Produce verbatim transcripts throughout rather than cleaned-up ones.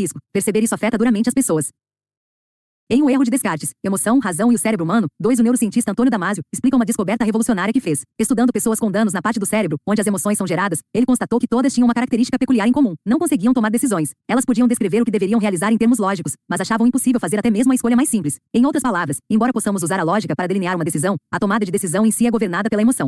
risco. Perceber isso afeta duramente as pessoas. Em um erro de Descartes, emoção, razão e o cérebro humano, dois o neurocientista Antônio Damasio explica uma descoberta revolucionária que fez. Estudando pessoas com danos na parte do cérebro, onde as emoções são geradas, ele constatou que todas tinham uma característica peculiar em comum. Não conseguiam tomar decisões. Elas podiam descrever o que deveriam realizar em termos lógicos, mas achavam impossível fazer até mesmo a escolha mais simples. Em outras palavras, embora possamos usar a lógica para delinear uma decisão, a tomada de decisão em si é governada pela emoção.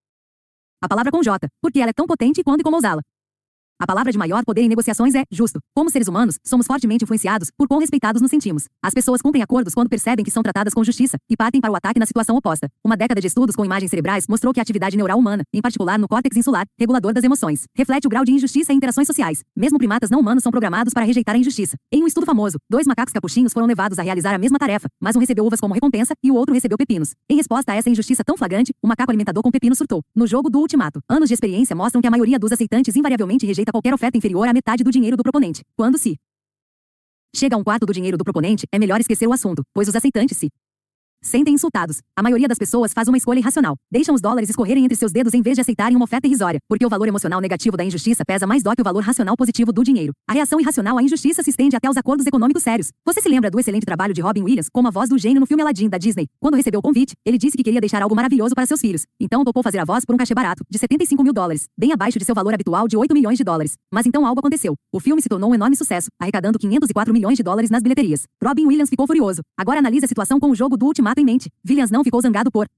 A palavra com J, porque ela é tão potente quanto e como usá-la. A palavra de maior poder em negociações é justo. Como seres humanos, somos fortemente influenciados por quão respeitados nos sentimos. As pessoas cumprem acordos quando percebem que são tratadas com justiça e partem para o ataque na situação oposta. Uma década de estudos com imagens cerebrais mostrou que a atividade neural humana, em particular no córtex insular, regulador das emoções, reflete o grau de injustiça em interações sociais. Mesmo primatas não humanos são programados para rejeitar a injustiça. Em um estudo famoso, dois macacos capuchinhos foram levados a realizar a mesma tarefa, mas um recebeu uvas como recompensa e o outro recebeu pepinos. Em resposta a essa injustiça tão flagrante, o macaco alimentador com pepino surtou. No jogo do ultimato, anos de experiência mostram que a maioria dos aceitantes invariavelmente rejeita qualquer oferta inferior a metade do dinheiro do proponente. Quando se chega a um quarto do dinheiro do proponente, é melhor esquecer o assunto, pois os aceitantes se sentem insultados. A maioria das pessoas faz uma escolha irracional. Deixam os dólares escorrerem entre seus dedos em vez de aceitarem uma oferta irrisória, porque o valor emocional negativo da injustiça pesa mais do que o valor racional positivo do dinheiro. A reação irracional à injustiça se estende até os acordos econômicos sérios. Você se lembra do excelente trabalho de Robin Williams como a voz do gênio no filme Aladdin da Disney? Quando recebeu o convite, ele disse que queria deixar algo maravilhoso para seus filhos. Então topou fazer a voz por um cachê barato, de setenta e cinco mil dólares, bem abaixo de seu valor habitual de oito milhões de dólares. Mas então algo aconteceu. O filme se tornou um enorme sucesso, arrecadando quinhentos e quatro milhões de dólares nas bilheterias. Robin Williams ficou furioso. Agora analise a situação com o jogo do ultimato em mente. Williams não ficou zangado por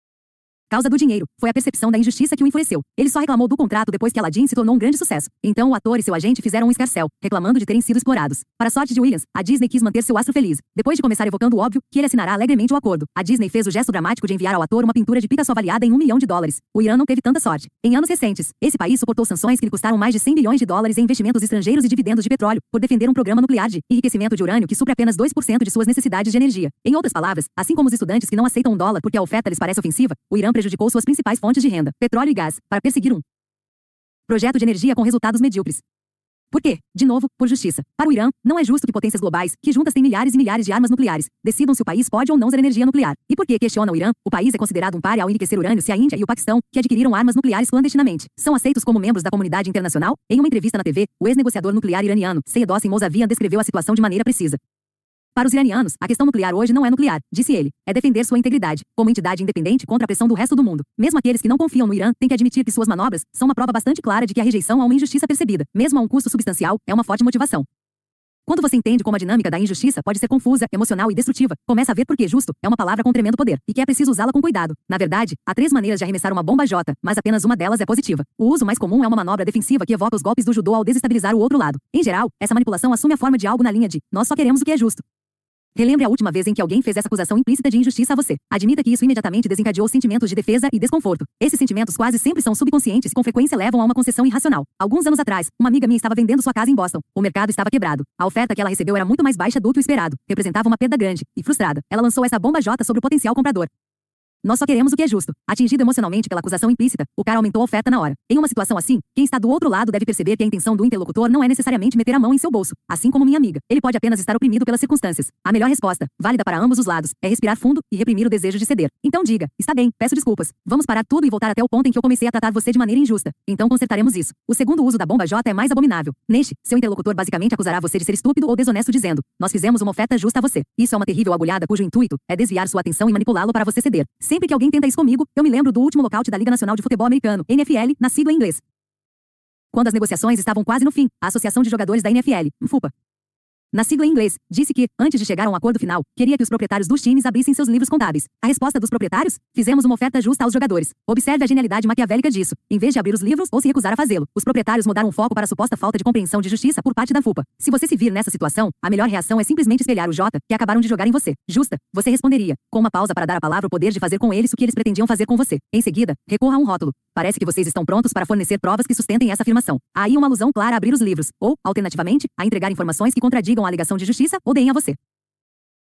causa do dinheiro. Foi a percepção da injustiça que o enfureceu. Ele só reclamou do contrato depois que Aladdin se tornou um grande sucesso. Então o ator e seu agente fizeram um escarcéu, reclamando de terem sido explorados. Para a sorte de Williams, a Disney quis manter seu astro feliz. Depois de começar evocando o óbvio, que ele assinará alegremente o acordo, a Disney fez o gesto dramático de enviar ao ator uma pintura de Picasso avaliada em um milhão de dólares. O Irã não teve tanta sorte. Em anos recentes, esse país suportou sanções que lhe custaram mais de cem bilhões de dólares em investimentos estrangeiros e dividendos de petróleo, por defender um programa nuclear de enriquecimento de urânio que supre apenas dois por cento de suas necessidades de energia. Em outras palavras, assim como os estudantes que não aceitam um dólar porque a oferta lhes parece ofensiva, o Irã prejudicou suas principais fontes de renda, petróleo e gás, para perseguir um projeto de energia com resultados medíocres. Por quê? De novo, por justiça. Para o Irã, não é justo que potências globais, que juntas têm milhares e milhares de armas nucleares, decidam se o país pode ou não usar energia nuclear. E por que, questiona o Irã, o país é considerado um pária ao enriquecer urânio se a Índia e o Paquistão, que adquiriram armas nucleares clandestinamente, são aceitos como membros da comunidade internacional? Em uma entrevista na T V, o ex-negociador nuclear iraniano, Seyed Hossein Mousavian descreveu a situação de maneira precisa. Para os iranianos, a questão nuclear hoje não é nuclear, disse ele. É defender sua integridade, como entidade independente contra a pressão do resto do mundo. Mesmo aqueles que não confiam no Irã têm que admitir que suas manobras são uma prova bastante clara de que a rejeição a uma injustiça percebida, mesmo a um custo substancial, é uma forte motivação. Quando você entende como a dinâmica da injustiça pode ser confusa, emocional e destrutiva, começa a ver por que justo é uma palavra com tremendo poder, e que é preciso usá-la com cuidado. Na verdade, há três maneiras de arremessar uma bomba J, mas apenas uma delas é positiva. O uso mais comum é uma manobra defensiva que evoca os golpes do judô ao desestabilizar o outro lado. Em geral, essa manipulação assume a forma de algo na linha de nós só queremos o que é justo. Relembre a última vez em que alguém fez essa acusação implícita de injustiça a você. Admita que isso imediatamente desencadeou sentimentos de defesa e desconforto. Esses sentimentos quase sempre são subconscientes e com frequência levam a uma concessão irracional. Alguns anos atrás, uma amiga minha estava vendendo sua casa em Boston. O mercado estava quebrado. A oferta que ela recebeu era muito mais baixa do que o esperado. Representava uma perda grande. E frustrada, ela lançou essa bomba J sobre o potencial comprador. Nós só queremos o que é justo. Atingido emocionalmente pela acusação implícita, o cara aumentou a oferta na hora. Em uma situação assim, quem está do outro lado deve perceber que a intenção do interlocutor não é necessariamente meter a mão em seu bolso, assim como minha amiga. Ele pode apenas estar oprimido pelas circunstâncias. A melhor resposta, válida para ambos os lados, é respirar fundo e reprimir o desejo de ceder. Então diga, está bem, peço desculpas. Vamos parar tudo e voltar até o ponto em que eu comecei a tratar você de maneira injusta. Então consertaremos isso. O segundo uso da bomba J é mais abominável. Neste, seu interlocutor basicamente acusará você de ser estúpido ou desonesto dizendo, nós fizemos uma oferta justa a você. Isso é uma terrível agulhada cujo intuito é desviar sua atenção e manipulá-lo para você ceder. Sempre que alguém tenta isso comigo, eu me lembro do último lockout da Liga Nacional de Futebol Americano, N F L, na sigla em inglês. Quando as negociações estavam quase no fim, a Associação de Jogadores da N F L, FUPA, na sigla em inglês, disse que, antes de chegar a um acordo final, queria que os proprietários dos times abrissem seus livros contábeis. A resposta dos proprietários? Fizemos uma oferta justa aos jogadores. Observe a genialidade maquiavélica disso. Em vez de abrir os livros ou se recusar a fazê-lo, os proprietários mudaram o foco para a suposta falta de compreensão de justiça por parte da FUPA. Se você se vir nessa situação, a melhor reação é simplesmente espelhar o J, que acabaram de jogar em você. Justa, você responderia, com uma pausa para dar à palavra o poder de fazer com eles o que eles pretendiam fazer com você. Em seguida, recorra a um rótulo. Parece que vocês estão prontos para fornecer provas que sustentem essa afirmação. Há aí uma alusão clara a abrir os livros, ou, alternativamente, a entregar informações que contradigam a alegação de justiça ou deem a você.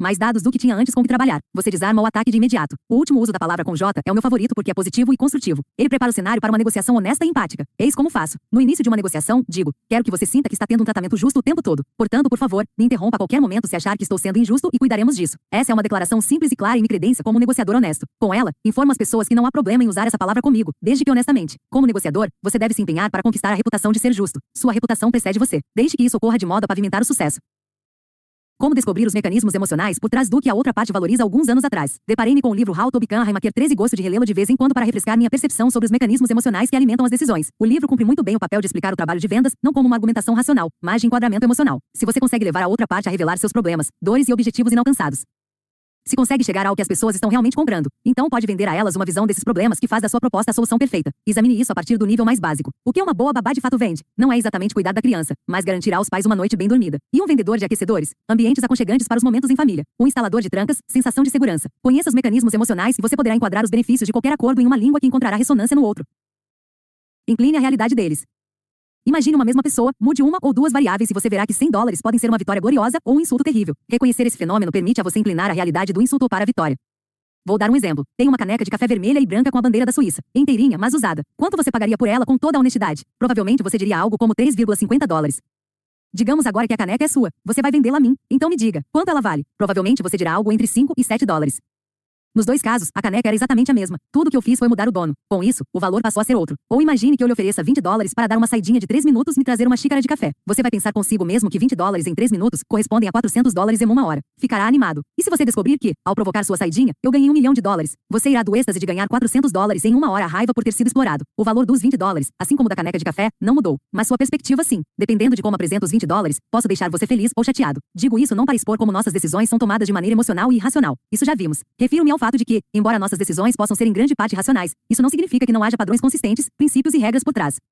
mais dados do que tinha antes com que trabalhar. Você desarma o ataque de imediato. O último uso da palavra com J é o meu favorito porque é positivo e construtivo. Ele prepara o cenário para uma negociação honesta e empática. Eis como faço. No início de uma negociação, digo, quero que você sinta que está tendo um tratamento justo o tempo todo. Portanto, por favor, me interrompa a qualquer momento se achar que estou sendo injusto e cuidaremos disso. Essa é uma declaração simples e clara e me credencia como um negociador honesto. Com ela, informo as pessoas que não há problema em usar essa palavra comigo, desde que honestamente. Como negociador, você deve se empenhar para conquistar a reputação de ser justo. Sua reputação precede você, desde que isso ocorra de modo a pavimentar o sucesso. Como descobrir os mecanismos emocionais por trás do que a outra parte valoriza alguns anos atrás. Deparei-me com o livro How to Become a Highmaker treze e gosto de relê-lo de vez em quando para refrescar minha percepção sobre os mecanismos emocionais que alimentam as decisões. O livro cumpre muito bem o papel de explicar o trabalho de vendas, não como uma argumentação racional, mas de enquadramento emocional. Se você consegue levar a outra parte a revelar seus problemas, dores e objetivos inalcançados, se consegue chegar ao que as pessoas estão realmente comprando, então pode vender a elas uma visão desses problemas que faz da sua proposta a solução perfeita. Examine isso a partir do nível mais básico. O que uma boa babá de fato vende? Não é exatamente cuidar da criança, mas garantir aos pais uma noite bem dormida. E um vendedor de aquecedores? Ambientes aconchegantes para os momentos em família. Um instalador de trancas? Sensação de segurança. Conheça os mecanismos emocionais e você poderá enquadrar os benefícios de qualquer acordo em uma língua que encontrará ressonância no outro. Incline a realidade deles. Imagine uma mesma pessoa, mude uma ou duas variáveis e você verá que cem dólares podem ser uma vitória gloriosa ou um insulto terrível. Reconhecer esse fenômeno permite a você inclinar a realidade do insulto para a vitória. Vou dar um exemplo. Tem uma caneca de café vermelha e branca com a bandeira da Suíça. Inteirinha, mas usada. Quanto você pagaria por ela com toda a honestidade? Provavelmente você diria algo como três vírgula cinquenta dólares. Digamos agora que a caneca é sua. Você vai vendê-la a mim. Então me diga, quanto ela vale? Provavelmente você dirá algo entre cinco e sete dólares. Nos dois casos, a caneca era exatamente a mesma. Tudo que eu fiz foi mudar o dono. Com isso, o valor passou a ser outro. Ou imagine que eu lhe ofereça vinte dólares para dar uma saidinha de três minutos e me trazer uma xícara de café. Você vai pensar consigo mesmo que vinte dólares em três minutos correspondem a quatrocentos dólares em uma hora. Ficará animado. E se você descobrir que, ao provocar sua saidinha, eu ganhei um milhão de dólares, você irá do êxtase de ganhar quatrocentos dólares em uma hora a raiva por ter sido explorado. O valor dos vinte dólares, assim como da caneca de café, não mudou. Mas sua perspectiva sim. Dependendo de como apresento os vinte dólares, posso deixar você feliz ou chateado. Digo isso não para expor como nossas decisões são tomadas de maneira emocional e irracional. Isso já vimos. Refiro-me ao fato de que, embora nossas decisões possam ser em grande parte racionais, isso não significa que não haja padrões consistentes, princípios e regras por trás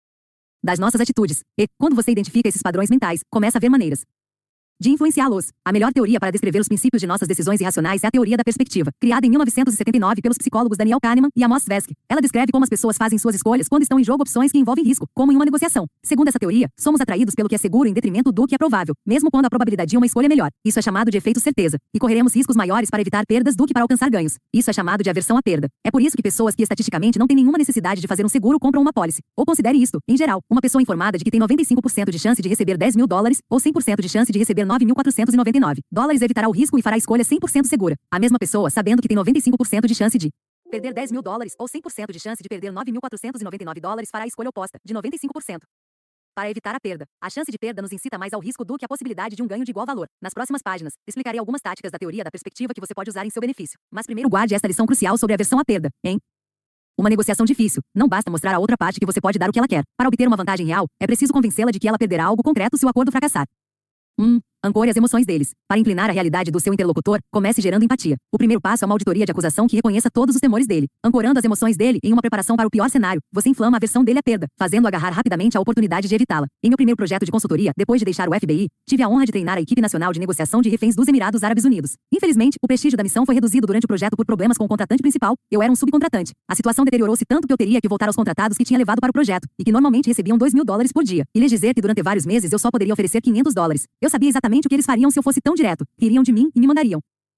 das nossas atitudes. E, quando você identifica esses padrões mentais, começa a ver maneiras de influenciá-los. A melhor teoria para descrever os princípios de nossas decisões irracionais é a teoria da perspectiva, criada em mil novecentos e setenta e nove pelos psicólogos Daniel Kahneman e Amos Tversky. Ela descreve como as pessoas fazem suas escolhas quando estão em jogo opções que envolvem risco, como em uma negociação. Segundo essa teoria, somos atraídos pelo que é seguro em detrimento do que é provável, mesmo quando a probabilidade de uma escolha é melhor. Isso é chamado de efeito certeza, e correremos riscos maiores para evitar perdas do que para alcançar ganhos. Isso é chamado de aversão à perda. É por isso que pessoas que estatisticamente não têm nenhuma necessidade de fazer um seguro compram uma pólice. Ou considere isto, em geral, uma pessoa informada de que tem noventa e cinco por cento de chance de receber dez mil dólares, ou cem por cento de chance de receber nove mil quatrocentos e noventa e nove dólares evitará o risco e fará a escolha cem por cento segura. A mesma pessoa, sabendo que tem noventa e cinco por cento de chance de perder dez mil dólares, ou cem por cento de chance de perder nove mil quatrocentos e noventa e nove dólares, fará a escolha oposta, de noventa e cinco por cento. Para evitar a perda. A chance de perda nos incita mais ao risco do que a possibilidade de um ganho de igual valor. Nas próximas páginas, explicarei algumas táticas da teoria da perspectiva que você pode usar em seu benefício. Mas primeiro guarde esta lição crucial sobre a aversão à perda, hein? Uma negociação difícil. Não basta mostrar à outra parte que você pode dar o que ela quer. Para obter uma vantagem real, é preciso convencê-la de que ela perderá algo concreto se o acordo fracassar. um. Ancore as emoções deles. Para inclinar a realidade do seu interlocutor, comece gerando empatia. O primeiro passo é uma auditoria de acusação que reconheça todos os temores dele. Ancorando as emoções dele em uma preparação para o pior cenário, você inflama a aversão dele à perda, fazendo agarrar rapidamente a oportunidade de evitá-la. Em meu primeiro projeto de consultoria, depois de deixar o F B I, tive a honra de treinar a equipe nacional de negociação de reféns dos Emirados Árabes Unidos. Infelizmente, o prestígio da missão foi reduzido durante o projeto por problemas com o contratante principal. Eu era um subcontratante. A situação deteriorou-se tanto que eu teria que voltar aos contratados que tinha levado para o projeto, e que normalmente recebiam dois mil dólares por dia. E lhes dizer que durante vários meses eu só poderia oferecer quinhentos dólares. Eu sabia exatamente o que eles fariam se eu fosse tão direto. Iriam de mim e me mandariam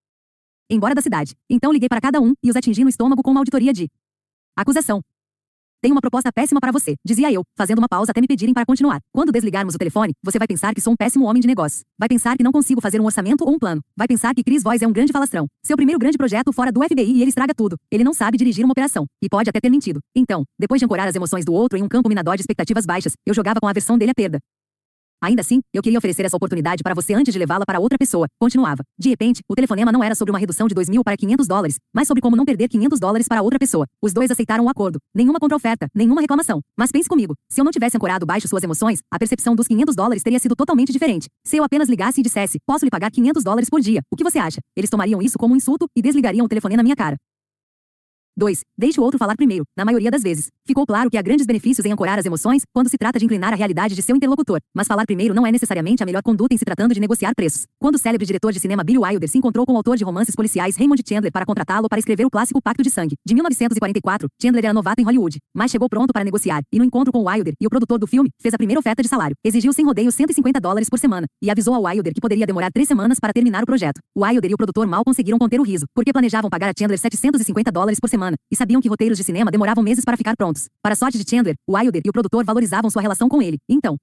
embora da cidade. Então liguei para cada um e os atingi no estômago com uma auditoria de acusação. Tenho uma proposta péssima para você, dizia eu, fazendo uma pausa até me pedirem para continuar. Quando desligarmos o telefone, você vai pensar que sou um péssimo homem de negócios. Vai pensar que não consigo fazer um orçamento ou um plano. Vai pensar que Chris Voss é um grande falastrão. Seu primeiro grande projeto fora do F B I e ele estraga tudo. Ele não sabe dirigir uma operação. E pode até ter mentido. Então, depois de ancorar as emoções do outro em um campo minador de expectativas baixas, eu jogava com a aversão dele à perda. Ainda assim, eu queria oferecer essa oportunidade para você antes de levá-la para outra pessoa. Continuava. De repente, o telefonema não era sobre uma redução de dois mil para quinhentos dólares, mas sobre como não perder quinhentos dólares para outra pessoa. Os dois aceitaram o acordo. Nenhuma contra-oferta, nenhuma reclamação. Mas pense comigo. Se eu não tivesse ancorado baixo suas emoções, a percepção dos quinhentos dólares teria sido totalmente diferente. Se eu apenas ligasse e dissesse, posso lhe pagar quinhentos dólares por dia, o que você acha? Eles tomariam isso como um insulto e desligariam o telefone na minha cara. dois. Deixe o outro falar primeiro, na maioria das vezes. Ficou claro que há grandes benefícios em ancorar as emoções quando se trata de inclinar a realidade de seu interlocutor, mas falar primeiro não é necessariamente a melhor conduta em se tratando de negociar preços. Quando o célebre diretor de cinema Billy Wilder se encontrou com o autor de romances policiais Raymond Chandler para contratá-lo para escrever o clássico Pacto de Sangue, de mil novecentos e quarenta e quatro, Chandler era novato em Hollywood, mas chegou pronto para negociar, e no encontro com Wilder e o produtor do filme, fez a primeira oferta de salário. Exigiu sem rodeios cento e cinquenta dólares por semana, e avisou ao Wilder que poderia demorar três semanas para terminar o projeto. Wilder e o produtor mal conseguiram conter o riso, porque planejavam pagar a Chandler setecentos e cinquenta dólares por semana, e sabiam que roteiros de cinema demoravam meses para ficar prontos. Para a sorte de Chandler, Wilder e o produtor valorizavam sua relação com ele, então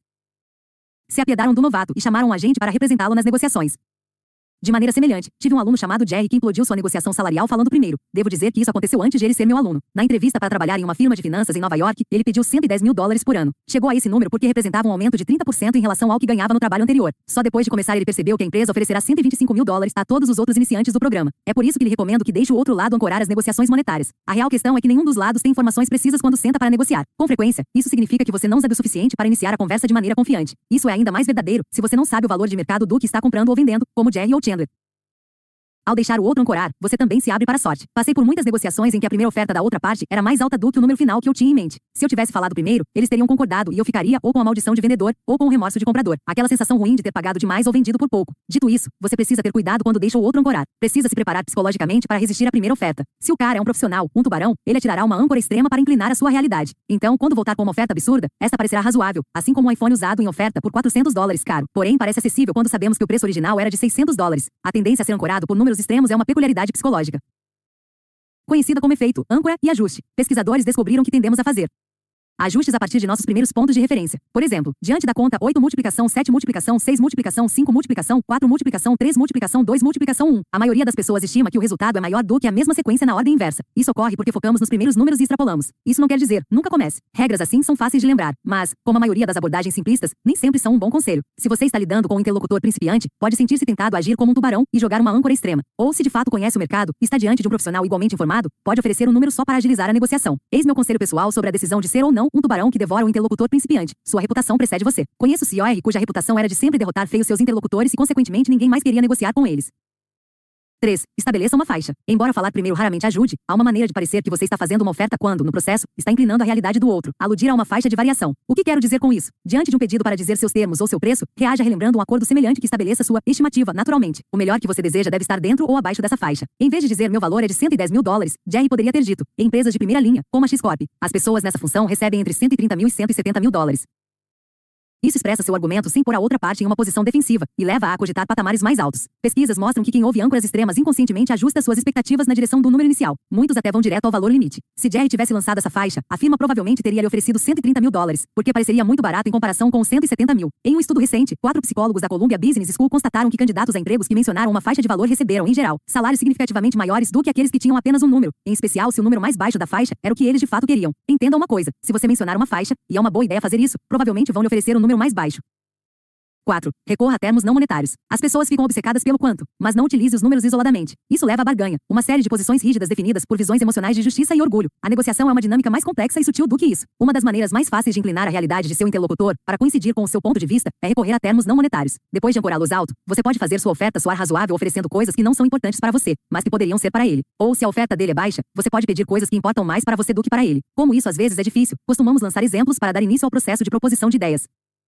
se apiedaram do novato e chamaram um agente para representá-lo nas negociações. De maneira semelhante, tive um aluno chamado Jerry que implodiu sua negociação salarial falando primeiro. Devo dizer que isso aconteceu antes de ele ser meu aluno. Na entrevista para trabalhar em uma firma de finanças em Nova York, ele pediu cento e dez mil dólares por ano. Chegou a esse número porque representava um aumento de trinta por cento em relação ao que ganhava no trabalho anterior. Só depois de começar ele percebeu que a empresa oferecerá cento e vinte e cinco mil dólares a todos os outros iniciantes do programa. É por isso que lhe recomendo que deixe o outro lado ancorar as negociações monetárias. A real questão é que nenhum dos lados tem informações precisas quando senta para negociar. Com frequência, isso significa que você não sabe o suficiente para iniciar a conversa de maneira confiante. Isso é ainda mais verdadeiro se você não sabe o valor de mercado do que está comprando ou vendendo, como Jerry ou Chandler. Ao deixar o outro ancorar, você também se abre para a sorte. Passei por muitas negociações em que a primeira oferta da outra parte era mais alta do que o número final que eu tinha em mente. Se eu tivesse falado primeiro, eles teriam concordado e eu ficaria ou com a maldição de vendedor, ou com o remorso de comprador. Aquela sensação ruim de ter pagado demais ou vendido por pouco. Dito isso, você precisa ter cuidado quando deixa o outro ancorar. Precisa se preparar psicologicamente para resistir à primeira oferta. Se o cara é um profissional, um tubarão, ele atirará uma âncora extrema para inclinar a sua realidade. Então, quando voltar com uma oferta absurda, esta parecerá razoável, assim como um iPhone usado em oferta por quatrocentos dólares caro. Porém, parece acessível quando sabemos que o preço original era de seiscentos dólares. A tendência a ser ancorado por números extremos é uma peculiaridade psicológica, conhecida como efeito âncora e ajuste. Pesquisadores descobriram que tendemos a fazer ajustes a partir de nossos primeiros pontos de referência. Por exemplo, diante da conta oito multiplicação sete multiplicação seis multiplicação cinco multiplicação quatro multiplicação três multiplicação dois multiplicação um. A maioria das pessoas estima que o resultado é maior do que a mesma sequência na ordem inversa. Isso ocorre porque focamos nos primeiros números e extrapolamos. Isso não quer dizer, nunca comece. Regras assim são fáceis de lembrar, mas, como a maioria das abordagens simplistas, nem sempre são um bom conselho. Se você está lidando com um interlocutor principiante, pode sentir-se tentado a agir como um tubarão e jogar uma âncora extrema. Ou se de fato conhece o mercado e está diante de um profissional igualmente informado, pode oferecer um número só para agilizar a negociação. Eis meu conselho pessoal sobre a decisão de ser ou não um tubarão que devora o interlocutor principiante. Sua reputação precede você. Conheço C E O cuja reputação era de sempre derrotar feio seus interlocutores e consequentemente ninguém mais queria negociar com eles. três. Estabeleça uma faixa. Embora falar primeiro raramente ajude, há uma maneira de parecer que você está fazendo uma oferta quando, no processo, está inclinando a realidade do outro. Aludir a uma faixa de variação. O que quero dizer com isso? Diante de um pedido para dizer seus termos ou seu preço, reaja relembrando um acordo semelhante que estabeleça sua estimativa, naturalmente. O melhor que você deseja deve estar dentro ou abaixo dessa faixa. Em vez de dizer meu valor é de cento e dez mil dólares, Jerry poderia ter dito, em empresas de primeira linha, como a X-Corp, as pessoas nessa função recebem entre cento e trinta mil e cento e setenta mil dólares. Isso expressa seu argumento sem pôr a outra parte em uma posição defensiva, e leva a cogitar patamares mais altos. Pesquisas mostram que quem ouve âncoras extremas inconscientemente ajusta suas expectativas na direção do número inicial. Muitos até vão direto ao valor limite. Se Jerry tivesse lançado essa faixa, a firma provavelmente teria lhe oferecido cento e trinta mil dólares, porque pareceria muito barato em comparação com os cento e setenta mil. Em um estudo recente, quatro psicólogos da Columbia Business School constataram que candidatos a empregos que mencionaram uma faixa de valor receberam, em geral, salários significativamente maiores do que aqueles que tinham apenas um número, em especial se o número mais baixo da faixa era o que eles de fato queriam. Entenda uma coisa, se você mencionar uma faixa, e é uma boa ideia fazer isso, provavelmente vão lhe oferecer um número mais baixo. quatro. Recorra a termos não monetários. As pessoas ficam obcecadas pelo quanto, mas não utilize os números isoladamente. Isso leva à barganha, uma série de posições rígidas definidas por visões emocionais de justiça e orgulho. A negociação é uma dinâmica mais complexa e sutil do que isso. Uma das maneiras mais fáceis de inclinar a realidade de seu interlocutor, para coincidir com o seu ponto de vista, é recorrer a termos não monetários. Depois de ancorá-los alto, você pode fazer sua oferta soar razoável oferecendo coisas que não são importantes para você, mas que poderiam ser para ele. Ou se a oferta dele é baixa, você pode pedir coisas que importam mais para você do que para ele. Como isso às vezes é difícil, costumamos lançar exemplos para dar início ao processo de proposição de ideias.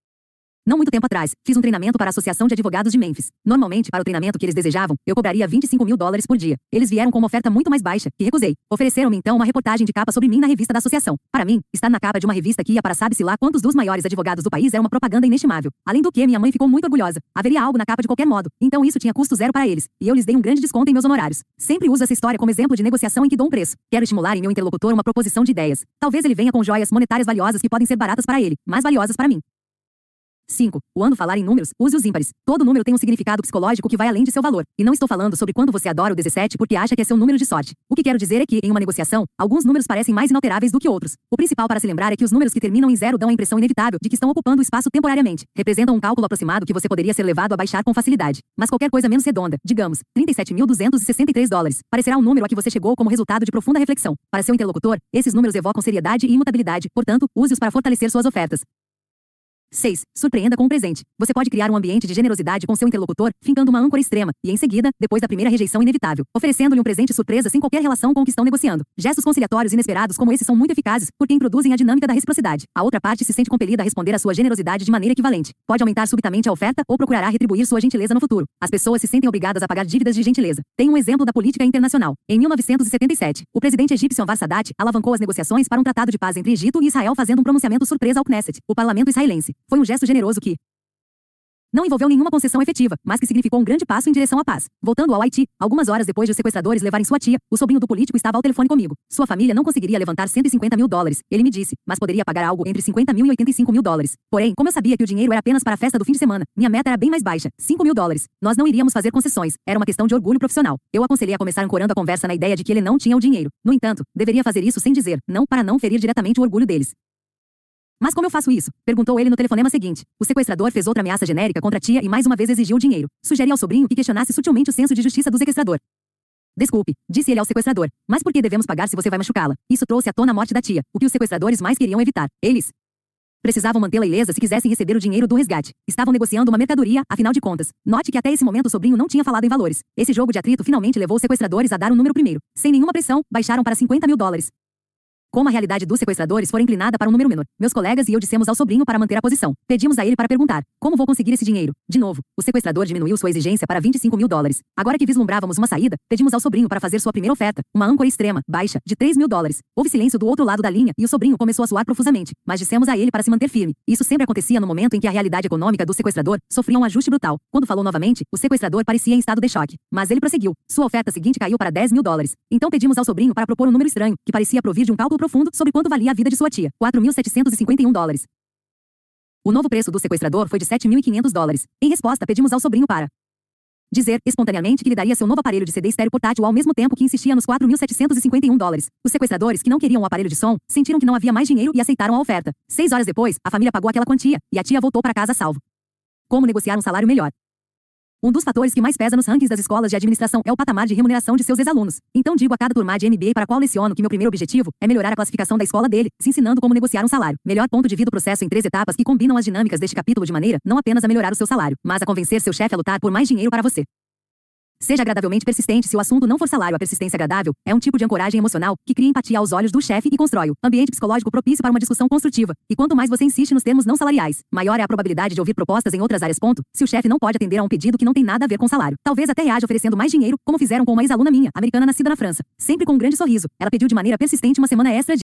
Não muito tempo atrás, fiz um treinamento para a Associação de Advogados de Memphis. Normalmente, para o treinamento que eles desejavam, eu cobraria vinte e cinco mil dólares por dia. Eles vieram com uma oferta muito mais baixa, que recusei. Ofereceram-me então uma reportagem de capa sobre mim na revista da associação. Para mim, estar na capa de uma revista que ia para sabe-se lá quantos dos maiores advogados do país era uma propaganda inestimável. Além do que, minha mãe ficou muito orgulhosa. Haveria algo na capa de qualquer modo. Então isso tinha custo zero para eles. E eu lhes dei um grande desconto em meus honorários. Sempre uso essa história como exemplo de negociação em que dou um preço. Quero estimular em meu interlocutor uma proposição de ideias. Talvez ele venha com joias monetárias valiosas que podem ser baratas para ele, mas valiosas para mim. cinco. Quando falar em números, use os ímpares. Todo número tem um significado psicológico que vai além de seu valor. E não estou falando sobre quando você adora o dezessete porque acha que é seu número de sorte. O que quero dizer é que, em uma negociação, alguns números parecem mais inalteráveis do que outros. O principal para se lembrar é que os números que terminam em zero dão a impressão inevitável de que estão ocupando o espaço temporariamente. Representam um cálculo aproximado que você poderia ser levado a baixar com facilidade. Mas qualquer coisa menos redonda, digamos, trinta e sete mil duzentos e sessenta e três dólares, parecerá um número a que você chegou como resultado de profunda reflexão. Para seu interlocutor, esses números evocam seriedade e imutabilidade, portanto, use-os para fortalecer suas ofertas. seis. Surpreenda com um presente. Você pode criar um ambiente de generosidade com seu interlocutor, fincando uma âncora extrema, e em seguida, depois da primeira rejeição inevitável, oferecendo-lhe um presente surpresa sem qualquer relação com o que estão negociando. Gestos conciliatórios inesperados como esses são muito eficazes, porque introduzem a dinâmica da reciprocidade. A outra parte se sente compelida a responder à sua generosidade de maneira equivalente. Pode aumentar subitamente a oferta ou procurará retribuir sua gentileza no futuro. As pessoas se sentem obrigadas a pagar dívidas de gentileza. Tem um exemplo da política internacional. Em mil novecentos e setenta e sete, o presidente egípcio Anwar Sadat alavancou as negociações para um tratado de paz entre Egito e Israel fazendo um pronunciamento surpresa ao Knesset, o parlamento israelense. Foi um gesto generoso que não envolveu nenhuma concessão efetiva, mas que significou um grande passo em direção à paz. Voltando ao Haiti, algumas horas depois de os sequestradores levarem sua tia, o sobrinho do político estava ao telefone comigo. Sua família não conseguiria levantar cento e cinquenta mil dólares, ele me disse, mas poderia pagar algo entre cinquenta mil e oitenta e cinco mil dólares. Porém, como eu sabia que o dinheiro era apenas para a festa do fim de semana, minha meta era bem mais baixa, cinco mil dólares. Nós não iríamos fazer concessões, era uma questão de orgulho profissional. Eu aconselhei a começar ancorando a conversa na ideia de que ele não tinha o dinheiro. No entanto, deveria fazer isso sem dizer não para não ferir diretamente o orgulho deles. Mas como eu faço isso? Perguntou ele no telefonema seguinte. O sequestrador fez outra ameaça genérica contra a tia e mais uma vez exigiu o dinheiro. Sugeri ao sobrinho que questionasse sutilmente o senso de justiça do sequestrador. Desculpe, disse ele ao sequestrador, mas por que devemos pagar se você vai machucá-la? Isso trouxe à tona a morte da tia, o que os sequestradores mais queriam evitar. Eles precisavam mantê-la ilesa se quisessem receber o dinheiro do resgate. Estavam negociando uma mercadoria, afinal de contas. Note que até esse momento o sobrinho não tinha falado em valores. Esse jogo de atrito finalmente levou os sequestradores a dar um número primeiro. Sem nenhuma pressão, baixaram para cinquenta mil dólares. Como a realidade dos sequestradores fora inclinada para um número menor, meus colegas e eu dissemos ao sobrinho para manter a posição. Pedimos a ele para perguntar, como vou conseguir esse dinheiro? De novo, o sequestrador diminuiu sua exigência para vinte e cinco mil dólares. Agora que vislumbrávamos uma saída, pedimos ao sobrinho para fazer sua primeira oferta, uma âncora extrema, baixa, de três mil dólares. Houve silêncio do outro lado da linha e o sobrinho começou a suar profusamente, mas dissemos a ele para se manter firme. Isso sempre acontecia no momento em que a realidade econômica do sequestrador sofria um ajuste brutal. Quando falou novamente, o sequestrador parecia em estado de choque. Mas ele prosseguiu. Sua oferta seguinte caiu para dez mil dólares. Então pedimos ao sobrinho para propor um número estranho, que parecia provir de um cálculo profundo sobre quanto valia a vida de sua tia, quatro mil setecentos e cinquenta e um dólares. O novo preço do sequestrador foi de sete mil e quinhentos dólares. Em resposta, pedimos ao sobrinho para dizer, espontaneamente, que lhe daria seu novo aparelho de C D estéreo portátil ao mesmo tempo que insistia nos quatro mil setecentos e cinquenta e um dólares. Os sequestradores, que não queriam o aparelho de som, sentiram que não havia mais dinheiro e aceitaram a oferta. Seis horas depois, a família pagou aquela quantia, e a tia voltou para casa a salvo. Como negociar um salário melhor? Um dos fatores que mais pesa nos rankings das escolas de administração é o patamar de remuneração de seus ex-alunos. Então digo a cada turma de M B A para a qual leciono que meu primeiro objetivo é melhorar a classificação da escola dele, se ensinando como negociar um salário. Melhor ponto de vida o processo em três etapas que combinam as dinâmicas deste capítulo de maneira não apenas a melhorar o seu salário, mas a convencer seu chefe a lutar por mais dinheiro para você. Seja agradavelmente persistente. Se o assunto não for salário, a persistência agradável é um tipo de ancoragem emocional que cria empatia aos olhos do chefe e constrói o ambiente psicológico propício para uma discussão construtiva. E quanto mais você insiste nos termos não salariais, maior é a probabilidade de ouvir propostas em outras áreas. Ponto. Se o chefe não pode atender a um pedido que não tem nada a ver com salário, talvez até reaja oferecendo mais dinheiro, como fizeram com uma ex-aluna minha, americana nascida na França. Sempre com um grande sorriso, ela pediu de maneira persistente uma semana extra de